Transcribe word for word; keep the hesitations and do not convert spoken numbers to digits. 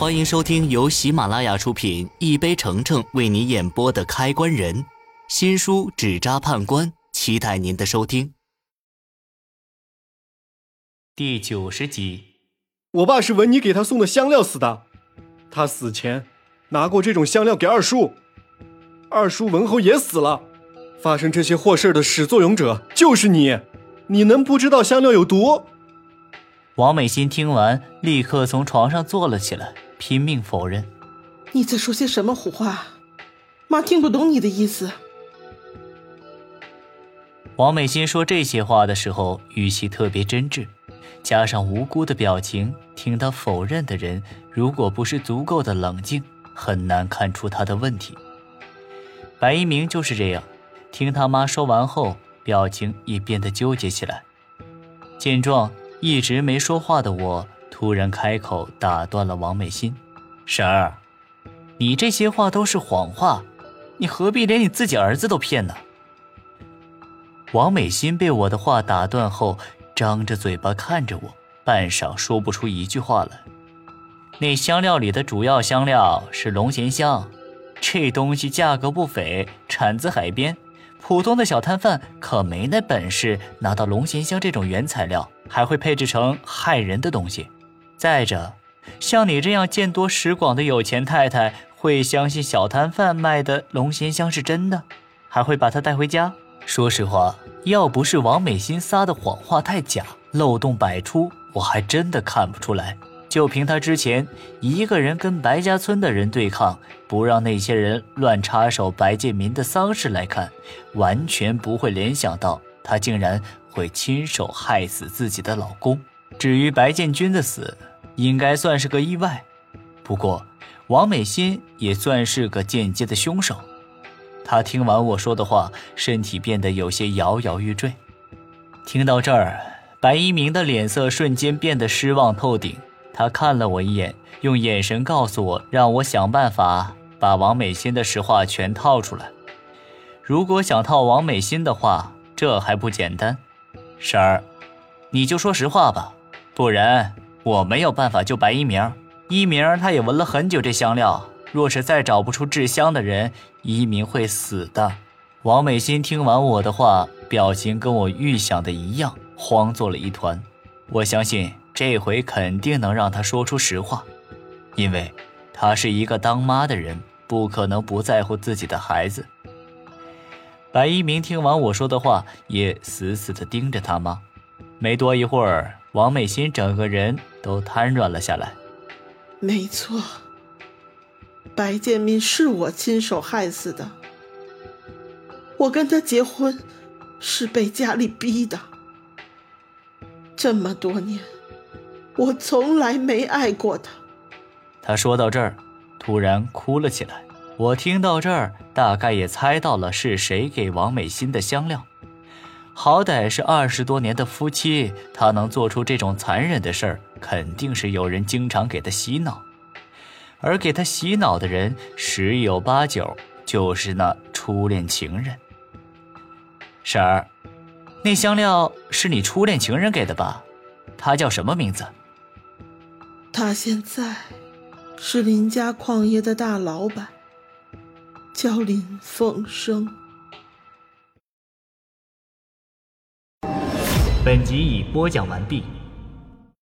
欢迎收听由喜马拉雅出品，一杯橙橙为你演播的开关人新书《纸扎判官》，期待您的收听。第九十集。 我爸是文妮给他送的香料死的，他死前拿过这种香料给二叔，二叔文后也死了。发生这些祸事的始作俑者就是你，你能不知道香料有毒？ 王美心听完，立刻从床上坐了起来，拼命否认。 你在说些什么胡话？妈听不懂你的意思。 王美心说这些话的时候，语气特别真挚，加上无辜的表情，听他否认的人，如果不是足够的冷静，很难看出他的问题。白一鸣就是这样，听他妈说完后，表情也变得纠结起来。见状，一直没说话的我突然开口打断了王美心。婶儿，你这些话都是谎话，你何必连你自己儿子都骗呢？王美心被我的话打断后，张着嘴巴看着我，半晌说不出一句话来。那香料里的主要香料是龙涎香，这东西价格不菲，产自海边，普通的小摊贩可没那本事拿到龙涎香这种原材料，还会配制成害人的东西。再者，像你这样见多识广的有钱太太，会相信小摊贩卖的龙涎香是真的，还会把它带回家？说实话，要不是王美心撒的谎话太假，漏洞百出，我还真的看不出来。就凭他之前一个人跟白家村的人对抗，不让那些人乱插手白建民的丧事来看，完全不会联想到他竟然会亲手害死自己的老公。至于白建军的死，应该算是个意外，不过王美心也算是个间接的凶手。他听完我说的话，身体变得有些摇摇欲坠。听到这儿，白一鸣的脸色瞬间变得失望透顶。他看了我一眼，用眼神告诉我，让我想办法把王美心的实话全套出来。如果想套王美心的话，这还不简单。婶儿，你就说实话吧，不然我没有办法救白一鸣。一鸣他也闻了很久这香料，若是再找不出制香的人，一鸣会死的。王美心听完我的话，表情跟我预想的一样，慌作了一团。我相信这回肯定能让他说出实话，因为他是一个当妈的人，不可能不在乎自己的孩子。白一鸣听完我说的话，也死死地盯着他妈。没多一会儿，王美心整个人都瘫软了下来。 没错，白建民是我亲手害死的，我跟他结婚是被家里逼的。这么多年，我从来没爱过他。 他说到这儿，突然哭了起来。我听到这儿，大概也猜到了是谁给王美心的香料。好歹是二十多年的夫妻，他能做出这种残忍的事儿，肯定是有人经常给他洗脑。而给他洗脑的人，十有八九就是那初恋情人。婶儿，那香料是你初恋情人给的吧？他叫什么名字？ 他现在是林家矿业的大老板，叫林凤生。 本集已播讲完毕。